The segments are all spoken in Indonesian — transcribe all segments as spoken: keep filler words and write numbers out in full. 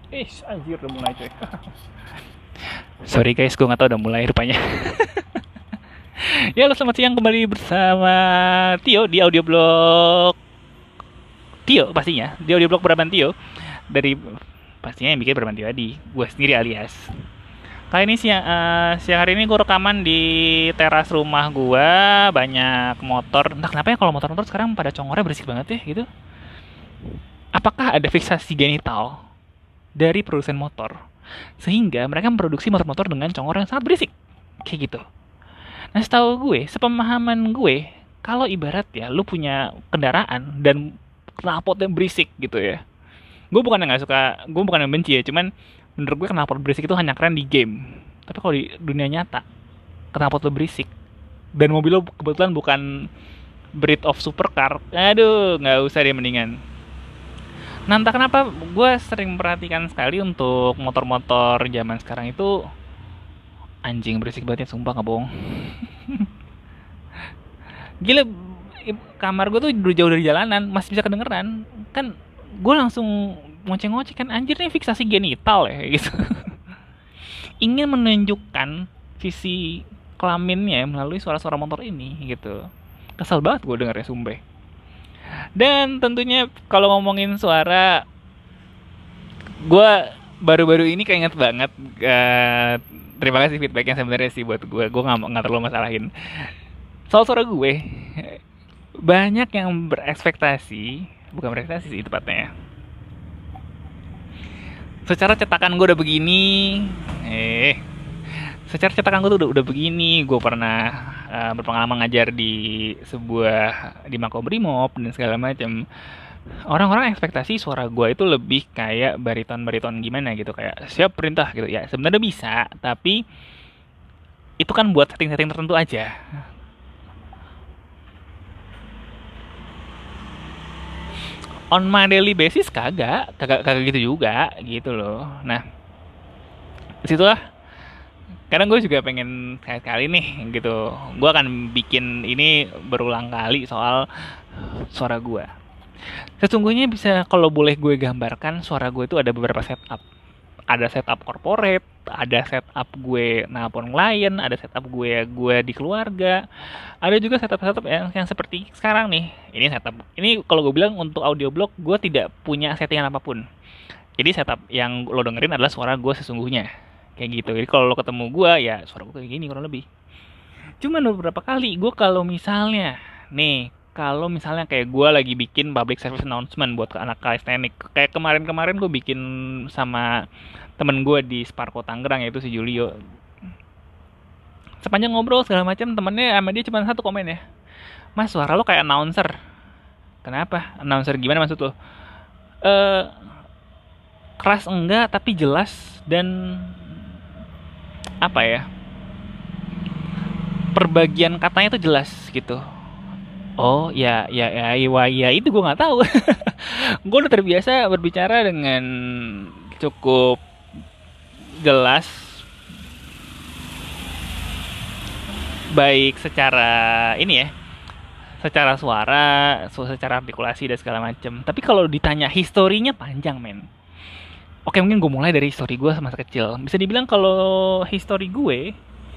Eh, anjir udah mulai coy. Sorry guys, gue nggak tahu udah mulai rupanya. Ya, lo selamat siang kembali bersama Tio di audioblog Tio pastinya. Di audioblog Braban Tio dari pastinya yang bikin Braban Tio Adi. Gue sendiri alias. Kali ini siang, uh, siang hari ini gue rekaman di teras rumah gue. Banyak motor. Entah kenapa ya kalau motor-motor sekarang pada congornya berisik banget ya gitu. Apakah ada fiksasi genital dari produsen motor sehingga mereka memproduksi motor-motor dengan congor yang sangat berisik kayak gitu? Nah, setahu gue, sepemahaman gue, kalau ibarat ya lu punya kendaraan dan knalpotnya berisik gitu ya. Gue bukan yang nggak suka, gue bukan yang benci ya, cuman menurut gue knalpot berisik itu hanya keren di game. Tapi kalau di dunia nyata, knalpot lu berisik dan mobil lu kebetulan bukan breed of supercar, aduh nggak usah deh mendingan. Nah, entah kenapa gue sering memperhatikan sekali untuk motor-motor zaman sekarang itu anjing berisik banget ya, sumpah nggak bohong. Gila, kamar gue tuh udah jauh dari jalanan, masih bisa kedengeran. Kan gue langsung ngoceh-ngoceh kan, anjir nih fiksasi genital ya gitu. Ingin menunjukkan sisi kelaminnya melalui suara-suara motor ini gitu. Kesel banget gue dengernya sumpah. Dan tentunya kalau ngomongin suara, gue baru-baru ini keinget banget. Uh, terima kasih feedbacknya sebenarnya sih buat gue. Gue nggak nggak terlalu masalahin soal suara gue. Banyak yang berekspektasi, bukan berekspektasi sih tepatnya. Secara cetakan gue udah begini, eh, secara cetakan gue tuh udah, udah begini. Gue pernah uh, berpengalaman ngajar di sebuah di Makobrimob dan segala macam. Orang-orang ekspektasi suara gue itu lebih kayak bariton-bariton gimana gitu, kayak siap perintah gitu ya. Sebenarnya bisa, tapi itu kan buat setting-setting tertentu aja. On my daily basis kagak, kagak kagak gitu juga gitu loh. Nah, disitulah karena gue juga pengen sekali-kali nih gitu. Gue akan bikin ini berulang kali soal suara gue. Sesungguhnya bisa kalau boleh gue gambarkan, suara gue itu ada beberapa setup. Ada setup corporate, ada setup gue nelpon klien, ada setup gue gue di keluarga, ada juga setup-setup yang, yang seperti sekarang nih. Ini setup. Ini kalau gue bilang untuk audioblog gue tidak punya settingan apapun. Jadi setup yang lo dengerin adalah suara gue sesungguhnya. Kayak gitu. Jadi kalau lo ketemu gue ya suara gue kayak gini kurang lebih. Cuman beberapa kali gue kalau misalnya nih, kalau misalnya kayak gue lagi bikin public service announcement buat ke anak kalisthenik, kayak kemarin-kemarin gue bikin sama temen gue di Sparko Tangerang, yaitu si Julio. Sepanjang ngobrol segala macam, temennya sama dia cuma satu komen ya, mas suara lo kayak announcer. Kenapa announcer, gimana maksud lo? Eh keras enggak tapi jelas, dan apa ya, perbagian katanya tuh jelas gitu. Oh ya ya ya ya, ya itu gue nggak tahu. Gue udah terbiasa berbicara dengan cukup jelas, baik secara ini ya, secara suara, secara artikulasi dan segala macam. Tapi kalau ditanya historinya panjang men. Oke, mungkin gue mulai dari histori gue semasa kecil. Bisa dibilang kalau histori gue,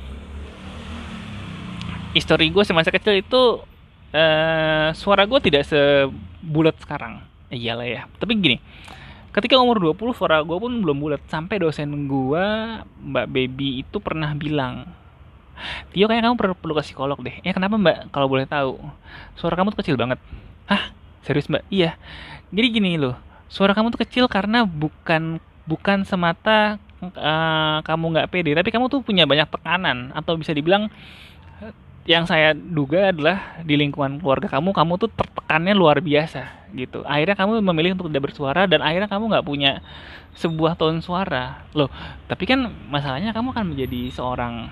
histori gue semasa kecil itu uh, suara gue tidak sebulat sekarang. Eh, iyalah ya. Tapi gini, ketika umur dua puluh suara gue pun belum bulat. Sampai dosen gue, Mbak Baby itu pernah bilang, Tio kayaknya kamu perlu, perlu ke psikolog deh. Ya kenapa mbak, kalau boleh tahu? Suara kamu tuh kecil banget. Hah? Serius mbak? Iya. Jadi gini loh, suara kamu tuh kecil karena bukan bukan semata uh, kamu nggak pede, tapi kamu tuh punya banyak tekanan, atau bisa dibilang yang saya duga adalah di lingkungan keluarga kamu, kamu tuh tertekannya luar biasa gitu. Akhirnya kamu memilih untuk tidak bersuara, dan akhirnya kamu nggak punya sebuah tone suara. Loh, tapi kan masalahnya kamu akan menjadi seorang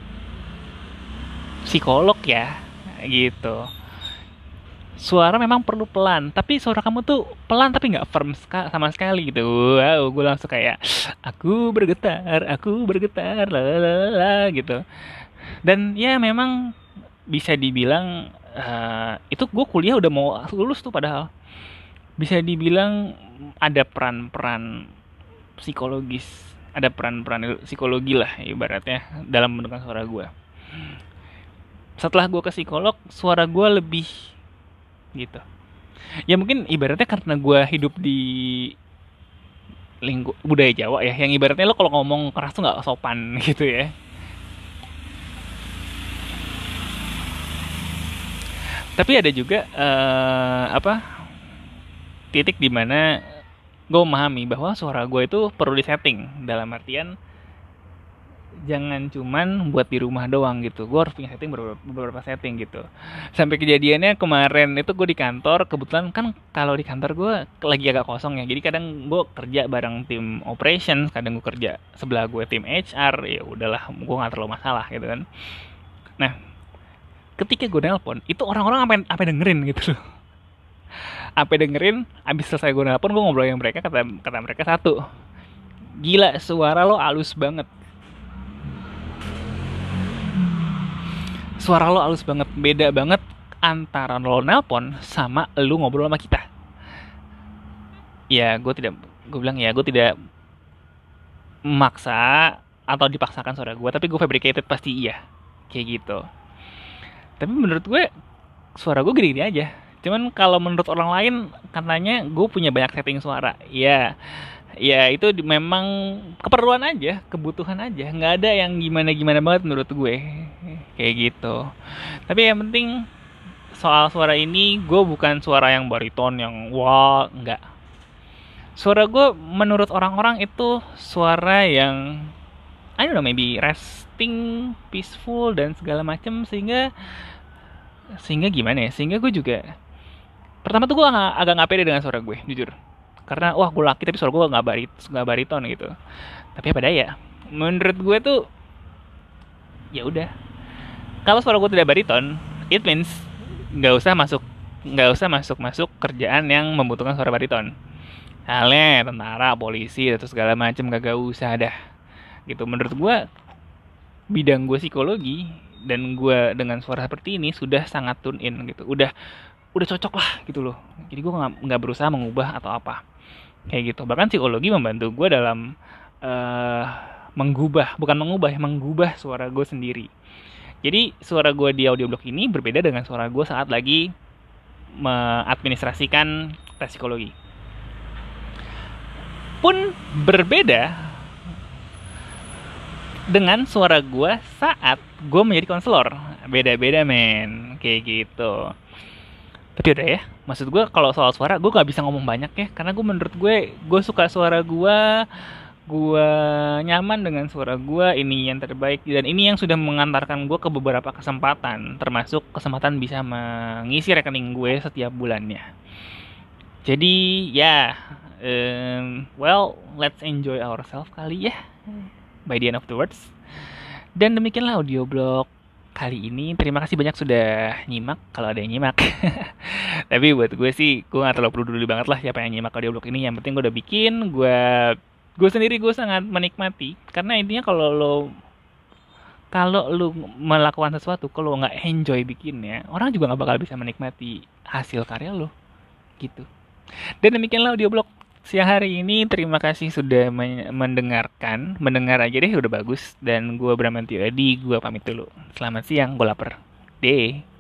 psikolog ya gitu. Suara memang perlu pelan, tapi suara kamu tuh pelan tapi nggak firm sama sekali gitu. Wow, gue langsung kayak aku bergetar, aku bergetar, lalala gitu. Dan ya memang bisa dibilang uh, itu gue kuliah udah mau lulus tuh, padahal bisa dibilang ada peran-peran psikologis, ada peran-peran psikologi lah ibaratnya dalam mendengar suara gue. Setelah gue ke psikolog, suara gue lebih gitu. Ya mungkin ibaratnya karena gue hidup di lingkup budaya Jawa ya, yang ibaratnya lo kalau ngomong keras tuh nggak sopan gitu ya. Tapi ada juga eh, apa titik dimana gue memahami bahwa suara gue itu perlu disetting, dalam artian jangan cuman buat di rumah doang gitu. Gue harus punya setting beberapa, beberapa setting gitu. Sampai kejadiannya kemarin itu gue di kantor, kebetulan kan kalau di kantor gue lagi agak kosong ya. Jadi kadang gue kerja bareng tim operations, kadang gue kerja sebelah gue tim H R. Ya udahlah, gue nggak terlalu masalah gitu kan. Nah, ketika gue nelpon, itu orang-orang apa apa dengerin gitu loh. Apa dengerin, abis selesai gue nelpon, gue ngobrol yang mereka, kata kata mereka satu, gila suara lo halus banget. Suara lo halus banget, beda banget antara lo nelpon sama lo ngobrol sama kita. Ya gue tidak, gue bilang ya gue tidak memaksa atau dipaksakan suara gue, tapi gue fabricated pasti iya, kayak gitu. Tapi menurut gue suara gue gini-gini aja. Cuman kalau menurut orang lain katanya gue punya banyak setting suara. Ya, ya itu di- memang keperluan aja, kebutuhan aja. Nggak ada yang gimana-gimana banget menurut gue. Kayak gitu. Tapi yang penting soal suara ini, gue bukan suara yang bariton yang wah, nggak. Suara gue menurut orang-orang itu suara yang I don't know, maybe resting, peaceful dan segala macam, sehingga sehingga gimana ya? Sehingga gue juga pertama tuh gue agak agak nggak pede dengan suara gue, jujur. Karena wah gue laki tapi suara gue nggak barit nggak bariton gitu. Tapi apa daya? Menurut gue tuh ya udah. Kalau suara gue tidak bariton, it means nggak usah masuk nggak usah masuk masuk kerjaan yang membutuhkan suara bariton. Halnya tentara, polisi, atau segala macam gak usah dah. Gitu menurut gue, bidang gue psikologi dan gue dengan suara seperti ini sudah sangat tune in gitu. Udah udah cocok lah gitu loh. Jadi gue nggak nggak berusaha mengubah atau apa kayak gitu. Bahkan psikologi membantu gue dalam uh, menggubah, bukan mengubah, menggubah suara gue sendiri. Jadi suara gue di audioblog ini berbeda dengan suara gue saat lagi mengadministrasikan tes psikologi. Pun berbeda dengan suara gue saat gue menjadi konselor. Beda-beda men, kayak gitu. Tapi udah ya, maksud gue kalau soal suara gue gak bisa ngomong banyak ya, karena gue menurut gue gue suka suara gue, gue nyaman dengan suara gue, ini yang terbaik dan ini yang sudah mengantarkan gue ke beberapa kesempatan, termasuk kesempatan bisa mengisi rekening gue setiap bulannya. Jadi ya, um, well, let's enjoy ourselves kali ya, by the end of the words. Dan demikianlah audioblog kali ini. Terima kasih banyak sudah nyimak, kalau ada yang nyimak. Tapi buat gue sih, gue gak terlalu peduli banget lah siapa yang nyimak audioblog ini. Yang penting gue udah bikin, gue gue sendiri gue sangat menikmati. Karena intinya kalau lo kalau lu melakukan sesuatu, kalau nggak enjoy bikinnya, orang juga nggak bakal bisa menikmati hasil karya lo, gitu. Dan demikianlah audioblog siang hari ini. Terima kasih sudah men- mendengarkan. Mendengar aja deh udah bagus. Dan gue Bramantio Adi, gue pamit dulu. Selamat siang, gue lapar. Deh.